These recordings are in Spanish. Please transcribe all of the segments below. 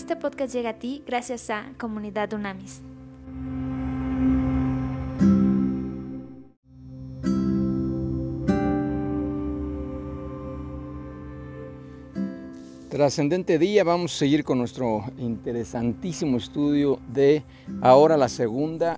Este podcast llega a ti gracias a Comunidad Dunamis. Trascendente día, vamos a seguir con nuestro interesantísimo estudio de ahora la segunda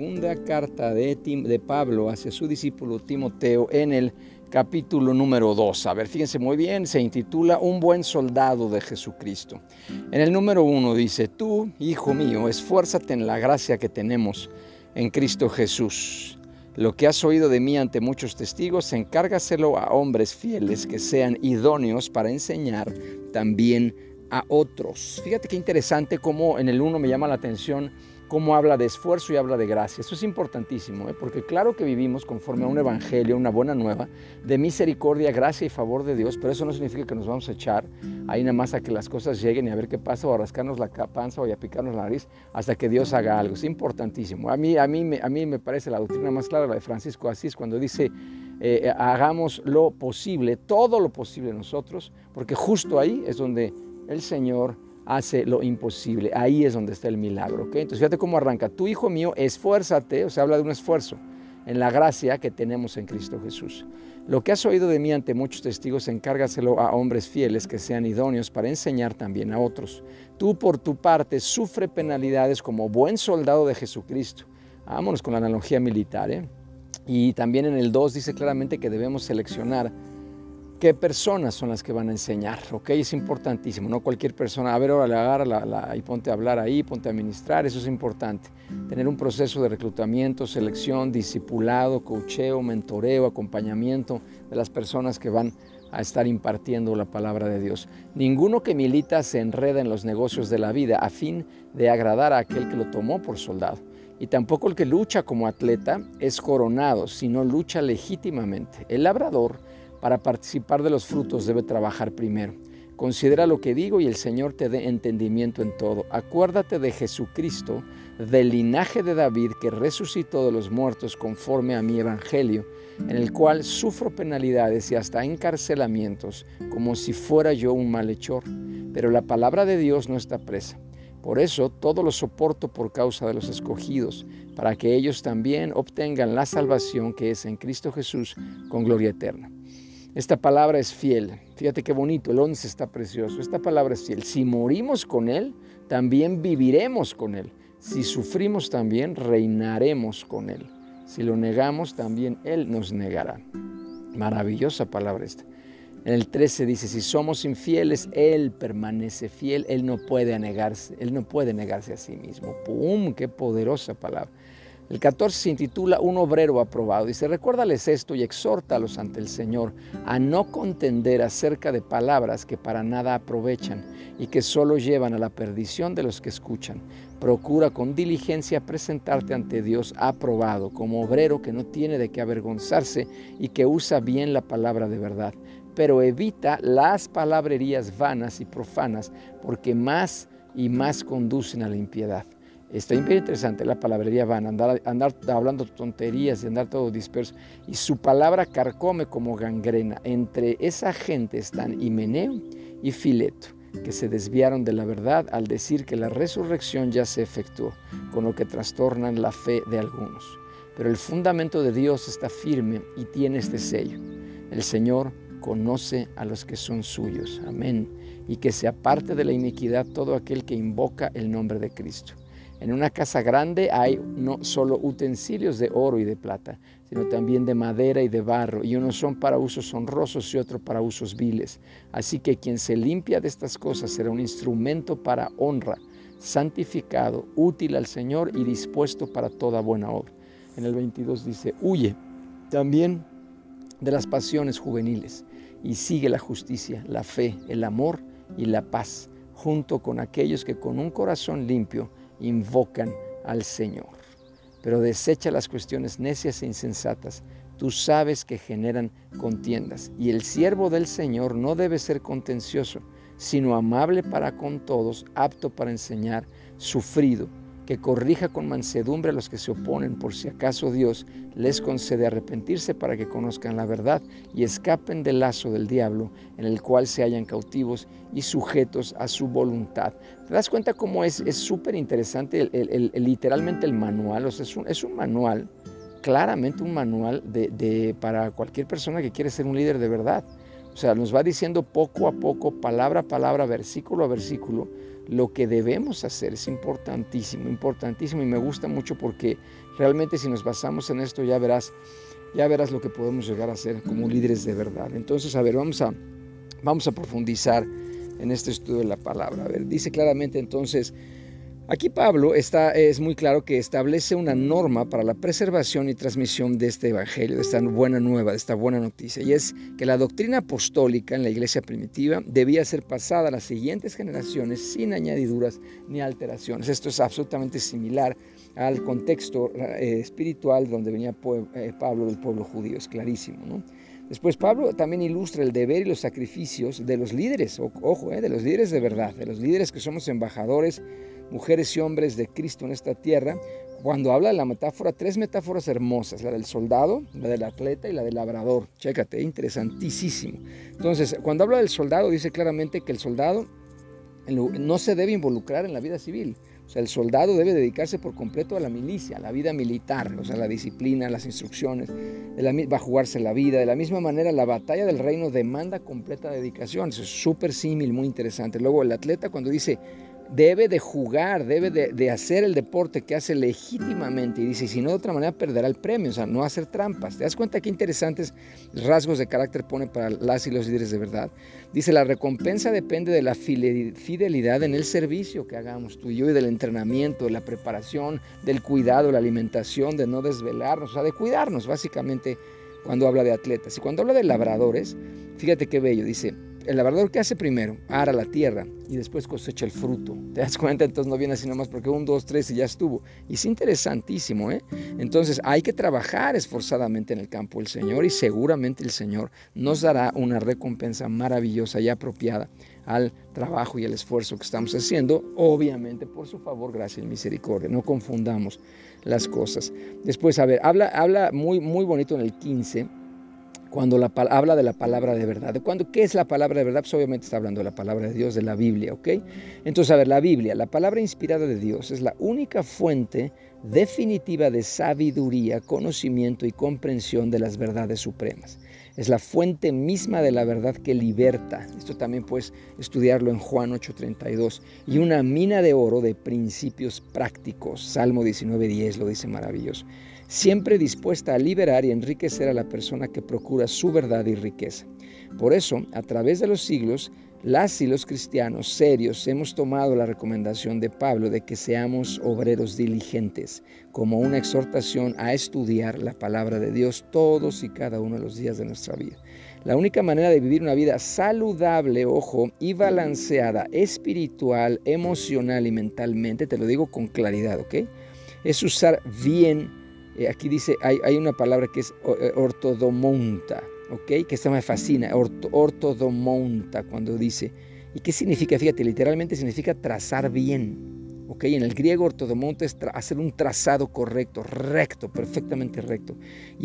carta de Pablo hacia su discípulo Timoteo en el capítulo número 2. A ver, fíjense muy bien, se intitula Un buen soldado de Jesucristo. En el número 1 dice: tú, hijo mío, esfuérzate en la gracia que tenemos en Cristo Jesús. Lo que has oído de mí ante muchos testigos, encárgaselo a hombres fieles que sean idóneos para enseñar también a otros. Fíjate qué interesante cómo en el 1 me llama la atención cómo habla de esfuerzo y habla de gracia. Eso es importantísimo, porque claro que vivimos conforme a un evangelio, una buena nueva, de misericordia, gracia y favor de Dios, pero eso no significa que nos vamos a echar ahí nada más a que las cosas lleguen y a ver qué pasa, o a rascarnos la panza o a picarnos la nariz hasta que Dios haga algo. Es importantísimo. A mí me parece la doctrina más clara, la de Francisco de Asís, cuando dice: hagamos lo posible, todo lo posible nosotros, porque justo ahí es donde el Señor hace lo imposible. Ahí es donde está el milagro, ¿okay? Entonces fíjate cómo arranca: tú, hijo mío, esfuérzate, o sea, habla de un esfuerzo en la gracia que tenemos en Cristo Jesús. Lo que has oído de mí ante muchos testigos, encárgaselo a hombres fieles que sean idóneos para enseñar también a otros. Tú, por tu parte, sufre penalidades como buen soldado de Jesucristo. Vámonos con la analogía militar, Y también en el 2 dice claramente que debemos seleccionar qué personas son las que van a enseñar, ¿ok? Es importantísimo, no cualquier persona, a ver, ahora agárrala y ponte a hablar ahí, ponte a ministrar, eso es importante. Tener un proceso de reclutamiento, selección, discipulado, coacheo, mentoreo, acompañamiento de las personas que van a estar impartiendo la palabra de Dios. Ninguno que milita se enreda en los negocios de la vida a fin de agradar a aquel que lo tomó por soldado. Y tampoco el que lucha como atleta es coronado, sino lucha legítimamente. El labrador, para participar de los frutos, debe trabajar primero. Considera lo que digo y el Señor te dé entendimiento en todo. Acuérdate de Jesucristo, del linaje de David, que resucitó de los muertos conforme a mi evangelio, en el cual sufro penalidades y hasta encarcelamientos, como si fuera yo un malhechor. Pero la palabra de Dios no está presa. Por eso todo lo soporto por causa de los escogidos, para que ellos también obtengan la salvación que es en Cristo Jesús con gloria eterna. Esta palabra es fiel. Fíjate qué bonito, el 11 está precioso. Esta palabra es fiel. Si morimos con Él, también viviremos con Él. Si sufrimos también, reinaremos con Él. Si lo negamos, también Él nos negará. Maravillosa palabra esta. En el 13 dice: si somos infieles, Él permanece fiel. Él no puede negarse a sí mismo. ¡Pum! ¡Qué poderosa palabra! El 14 se intitula Un obrero aprobado. Dice: recuérdales esto y exhórtalos ante el Señor a no contender acerca de palabras que para nada aprovechan y que solo llevan a la perdición de los que escuchan. Procura con diligencia presentarte ante Dios aprobado, como obrero que no tiene de qué avergonzarse y que usa bien la palabra de verdad. Pero evita las palabrerías vanas y profanas, porque más y más conducen a la impiedad. Está bien interesante la palabrería vana, andar hablando tonterías y andar todo disperso. Y su palabra carcome como gangrena. Entre esa gente están Himeneo y Fileto, que se desviaron de la verdad al decir que la resurrección ya se efectuó, con lo que trastornan la fe de algunos. Pero el fundamento de Dios está firme y tiene este sello: el Señor conoce a los que son suyos. Amén. Y que se aparte de la iniquidad todo aquel que invoca el nombre de Cristo. En una casa grande hay no solo utensilios de oro y de plata, sino también de madera y de barro, y unos son para usos honrosos y otros para usos viles. Así que quien se limpia de estas cosas será un instrumento para honra, santificado, útil al Señor y dispuesto para toda buena obra. En el 22 dice: huye también de las pasiones juveniles y sigue la justicia, la fe, el amor y la paz, junto con aquellos que con un corazón limpio invocan al Señor. Pero desecha las cuestiones necias e insensatas. Tú sabes que generan contiendas. Y el siervo del Señor no debe ser contencioso, sino amable para con todos, apto para enseñar, sufrido, que que corrija con mansedumbre a los que se oponen, por si acaso Dios les concede arrepentirse para que conozcan la verdad y escapen del lazo del diablo, en el cual se hallan cautivos y sujetos a su voluntad. ¿Te das cuenta cómo es súper interesante literalmente el manual? O sea, es un manual, claramente un manual para cualquier persona que quiere ser un líder de verdad. O sea, nos va diciendo poco a poco, palabra a palabra, versículo a versículo, lo que debemos hacer. Es importantísimo, importantísimo, y me gusta mucho porque realmente si nos basamos en esto ya verás lo que podemos llegar a hacer como líderes de verdad. Entonces, a ver, vamos a profundizar en este estudio de la palabra. A ver, dice claramente entonces, aquí Pablo es muy claro que establece una norma para la preservación y transmisión de este evangelio, de esta buena nueva, de esta buena noticia, y es que la doctrina apostólica en la iglesia primitiva debía ser pasada a las siguientes generaciones sin añadiduras ni alteraciones. Esto es absolutamente similar al contexto espiritual donde venía Pablo del pueblo judío, es clarísimo, ¿no? Después Pablo también ilustra el deber y los sacrificios de los líderes, ojo, de los líderes de verdad, de los líderes que somos embajadores, mujeres y hombres de Cristo en esta tierra. Cuando habla de la metáfora, 3 metáforas hermosas, la del soldado, la del atleta y la del labrador. Chécate, interesantísimo. Entonces, cuando habla del soldado, dice claramente que el soldado no se debe involucrar en la vida civil. O sea, el soldado debe dedicarse por completo a la milicia, a la vida militar, o sea, la disciplina, las instrucciones, va a jugarse la vida. De la misma manera, la batalla del reino demanda completa dedicación. Eso es súper símil, muy interesante. Luego, el atleta cuando dice, debe de jugar, debe de hacer el deporte que hace legítimamente, y dice, si no de otra manera perderá el premio, o sea, no hacer trampas. ¿Te das cuenta qué interesantes rasgos de carácter pone para las y los líderes de verdad? Dice, la recompensa depende de la fidelidad en el servicio que hagamos tú y yo, y del entrenamiento, de la preparación, del cuidado, la alimentación, de no desvelarnos, o sea, de cuidarnos básicamente cuando habla de atletas. Y cuando habla de labradores, fíjate qué bello, dice, el labrador, ¿qué hace primero? Ara la tierra y después cosecha el fruto. ¿Te das cuenta? Entonces no viene así nomás porque 1, 2, 3 y ya estuvo. Y es interesantísimo, ¿eh? Entonces hay que trabajar esforzadamente en el campo del Señor, y seguramente el Señor nos dará una recompensa maravillosa y apropiada al trabajo y al esfuerzo que estamos haciendo, obviamente por su favor, gracia y misericordia. No confundamos las cosas. Después, a ver, habla muy, muy bonito en el 15, cuando habla de la palabra de verdad. ¿Qué es la palabra de verdad? Pues obviamente está hablando de la palabra de Dios, de la Biblia, ¿ok? Entonces, a ver, la Biblia, la palabra inspirada de Dios, es la única fuente definitiva de sabiduría, conocimiento y comprensión de las verdades supremas. Es la fuente misma de la verdad que liberta. Esto también puedes estudiarlo en Juan 8:32. Y una mina de oro de principios prácticos. Salmo 19:10 lo dice maravilloso. Siempre dispuesta a liberar y enriquecer a la persona que procura su verdad y riqueza. Por eso, a través de los siglos, las y los cristianos serios hemos tomado la recomendación de Pablo de que seamos obreros diligentes, como una exhortación a estudiar la palabra de Dios todos y cada uno de los días de nuestra vida. La única manera de vivir una vida saludable, ojo, y balanceada, espiritual, emocional y mentalmente, te lo digo con claridad, ¿ok? Es usar bien. Aquí dice, hay una palabra que es ortodomonta, ¿ok? Que esta me fascina, ortodomonta, cuando dice. ¿Y qué significa? Fíjate, literalmente significa trazar bien, ¿ok? En el griego ortodomonta es hacer un trazado correcto, recto, perfectamente recto. Y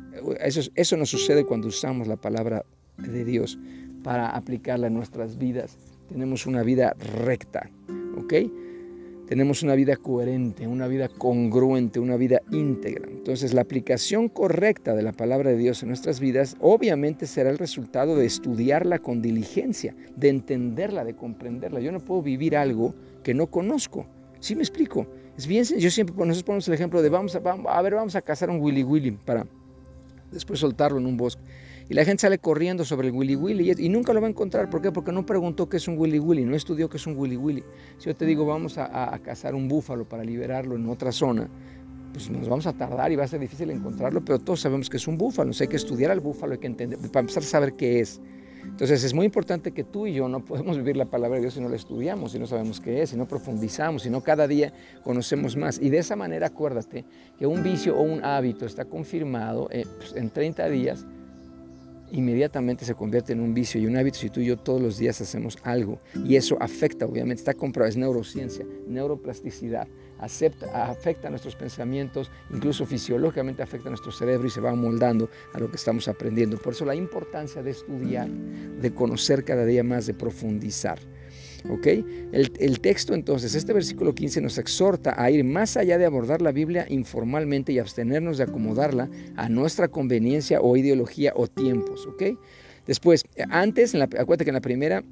eso nos sucede cuando usamos la palabra de Dios para aplicarla en nuestras vidas. Tenemos una vida recta, ¿ok? Tenemos una vida coherente, una vida congruente, una vida íntegra. Entonces, la aplicación correcta de la palabra de Dios en nuestras vidas obviamente será el resultado de estudiarla con diligencia, de entenderla, de comprenderla. Yo no puedo vivir algo que no conozco. ¿Sí me explico? Es bien sencillo. Yo siempre, nosotros ponemos el ejemplo de vamos a cazar un Willy Willy para después soltarlo en un bosque. Y la gente sale corriendo sobre el Willy Willy y nunca lo va a encontrar. ¿Por qué? Porque no preguntó qué es un Willy Willy, no estudió qué es un Willy Willy. Si yo te digo vamos a cazar un búfalo para liberarlo en otra zona, pues nos vamos a tardar y va a ser difícil encontrarlo, pero todos sabemos que es un búfalo. Entonces hay que estudiar al búfalo, hay que entender, para empezar a saber qué es. Entonces es muy importante que tú y yo no podemos vivir la palabra de Dios si no la estudiamos, si no sabemos qué es, si no profundizamos, si no cada día conocemos más. Y de esa manera acuérdate que un vicio o un hábito está confirmado en 30 días inmediatamente se convierte en un vicio y un hábito si tú y yo todos los días hacemos algo. Y eso afecta, obviamente, está comprobado, es neurociencia, neuroplasticidad, afecta a nuestros pensamientos, incluso fisiológicamente afecta a nuestro cerebro y se va moldando a lo que estamos aprendiendo. Por eso la importancia de estudiar, de conocer cada día más, de profundizar. ¿Okay? El texto entonces, este versículo 15 nos exhorta a ir más allá de abordar la Biblia informalmente y abstenernos de acomodarla a nuestra conveniencia o ideología o tiempos. ¿Okay? Después, antes, acuérdate que en la primera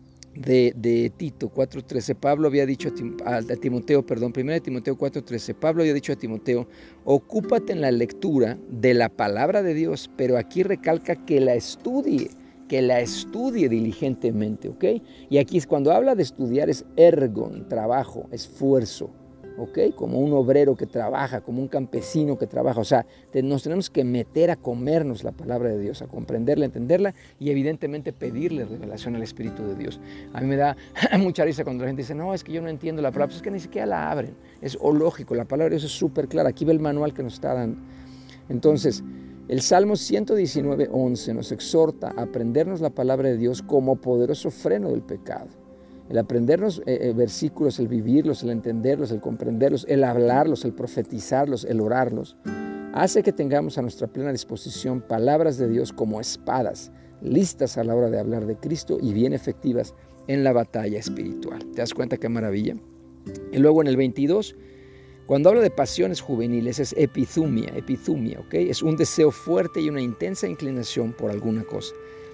de Tito 4.13, Pablo había dicho a Timoteo, primera de Timoteo 4.13, Pablo había dicho a Timoteo, ocúpate en la lectura de la palabra de Dios, pero aquí recalca que la estudie diligentemente, ¿ok? Y aquí es cuando habla de estudiar, es ergon, trabajo, esfuerzo, ¿ok? Como un obrero que trabaja, como un campesino que trabaja, o sea, nos tenemos que meter a comernos la palabra de Dios, a comprenderla, entenderla y evidentemente pedirle revelación al Espíritu de Dios. A mí me da mucha risa cuando la gente dice, no, es que yo no entiendo la palabra, pues es que ni siquiera la abren, es lógico, la palabra de Dios es súper clara, aquí ve el manual que nos está dando. Entonces, el Salmo 119:11 nos exhorta a aprendernos la palabra de Dios como poderoso freno del pecado. El aprendernos versículos, el vivirlos, el entenderlos, el comprenderlos, el hablarlos, el profetizarlos, el orarlos, hace que tengamos a nuestra plena disposición palabras de Dios como espadas, listas a la hora de hablar de Cristo y bien efectivas en la batalla espiritual. ¿Te das cuenta qué maravilla? Y luego en el 22, cuando habla de pasiones juveniles es epithumia, ¿ok? Es un deseo fuerte y una intensa inclinación por alguna cosa.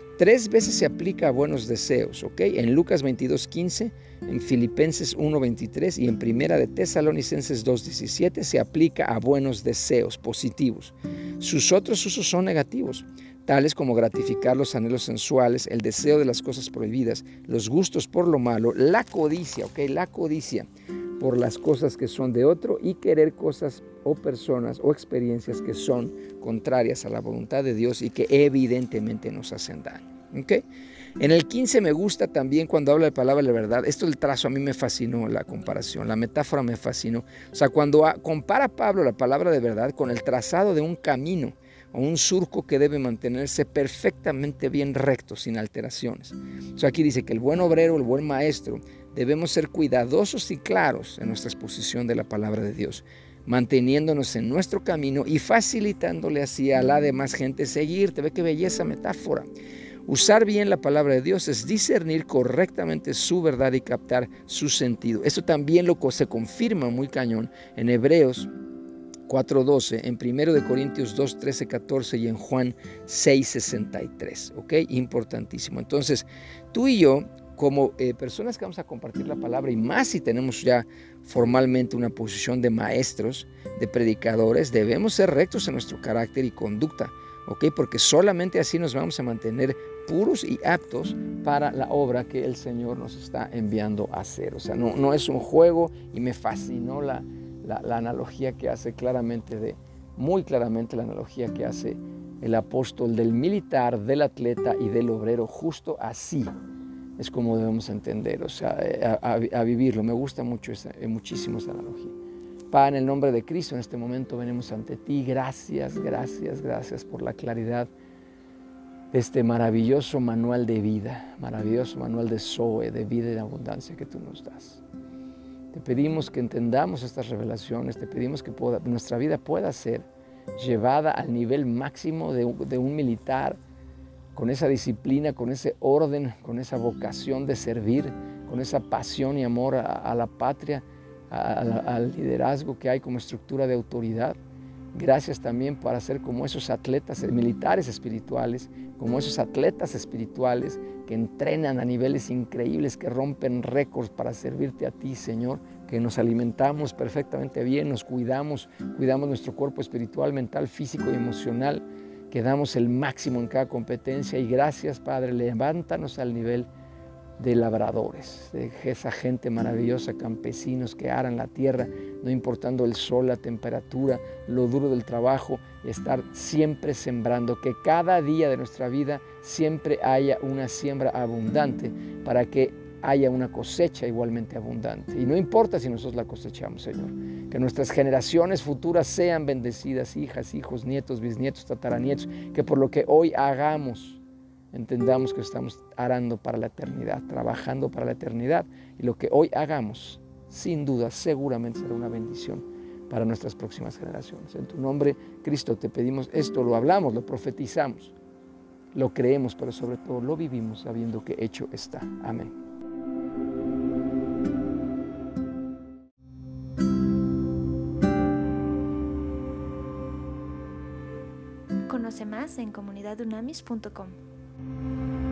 3 veces se aplica a buenos deseos, ¿ok? En Lucas 22:15, en Filipenses 1:23 y en Primera de Tesalonicenses 2:17 se aplica a buenos deseos positivos. Sus otros usos son negativos, tales como gratificar los anhelos sensuales, el deseo de las cosas prohibidas, los gustos por lo malo, la codicia, ¿ok? La codicia por las cosas que son de otro y querer cosas o personas o experiencias que son contrarias a la voluntad de Dios y que evidentemente nos hacen daño. ¿Okay? En el 15 me gusta también cuando habla de palabra de verdad. Esto del trazo a mí me fascinó, la comparación, la metáfora me fascinó. O sea, cuando compara Pablo la palabra de verdad con el trazado de un camino o un surco que debe mantenerse perfectamente bien recto, sin alteraciones. O sea, aquí dice que el buen obrero, el buen maestro, debemos ser cuidadosos y claros en nuestra exposición de la palabra de Dios, manteniéndonos en nuestro camino y facilitándole así a la demás gente seguirte. Ve qué belleza metáfora. Usar bien la palabra de Dios es discernir correctamente su verdad y captar su sentido. Esto también se confirma muy cañón en Hebreos 4:12, en 1 Corintios 2:13, 14 y en Juan 6:63. ¿Ok? Importantísimo. Entonces, tú y yo, como personas que vamos a compartir la palabra, y más si tenemos ya formalmente una posición de maestros, de predicadores, debemos ser rectos en nuestro carácter y conducta, ¿ok? Porque solamente así nos vamos a mantener puros y aptos para la obra que el Señor nos está enviando a hacer. O sea, no es un juego, y me fascinó la analogía que hace muy claramente la analogía que hace el apóstol del militar, del atleta y del obrero. Justo así es como debemos entender, o sea, a vivirlo. Me gusta muchísimo esa analogía. Padre, en el nombre de Cristo, en este momento venimos ante ti. Gracias por la claridad de este maravilloso manual de vida, maravilloso manual de Zoe, de vida y de abundancia que tú nos das. Te pedimos que entendamos estas revelaciones, te pedimos que nuestra vida pueda ser llevada al nivel máximo de un militar, con esa disciplina, con ese orden, con esa vocación de servir, con esa pasión y amor a la patria, al liderazgo que hay como estructura de autoridad. Gracias también para ser como esos atletas militares espirituales, como esos atletas espirituales que entrenan a niveles increíbles, que rompen récords para servirte a ti, Señor, que nos alimentamos perfectamente bien, nos cuidamos nuestro cuerpo espiritual, mental, físico y emocional, que damos el máximo en cada competencia. Y gracias, Padre, levántanos al nivel de labradores, de esa gente maravillosa, campesinos que aran la tierra, no importando el sol, la temperatura, lo duro del trabajo, estar siempre sembrando, que cada día de nuestra vida siempre haya una siembra abundante para que haya una cosecha igualmente abundante. Y no importa si nosotros la cosechamos, Señor, que nuestras generaciones futuras sean bendecidas, hijas, hijos, nietos, bisnietos, tataranietos, que por lo que hoy hagamos, entendamos que estamos arando para la eternidad, trabajando para la eternidad, y lo que hoy hagamos, sin duda, seguramente será una bendición para nuestras próximas generaciones. En tu nombre, Cristo, te pedimos esto, lo hablamos, lo profetizamos, lo creemos, pero sobre todo lo vivimos sabiendo que hecho está. Amén. Conoce más en comunidadunamis.com.